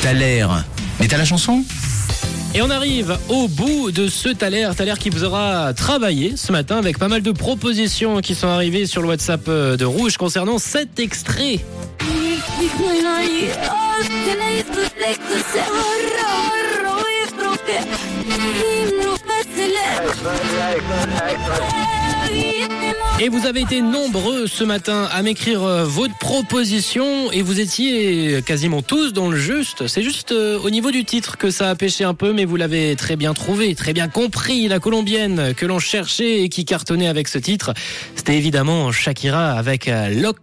Thaler. Mais t'as la chanson ? Et on arrive au bout de ce Thaler qui vous aura travaillé ce matin avec pas mal de propositions qui sont arrivées sur le WhatsApp de Rouge concernant cet extrait. Et vous avez été nombreux ce matin à m'écrire votre proposition et vous étiez quasiment tous dans le juste. C'est juste au niveau du titre que ça a pêché un peu, mais vous l'avez très bien trouvé, très bien compris. La colombienne que l'on cherchait et qui cartonnait avec ce titre, c'était évidemment Shakira avec Lock.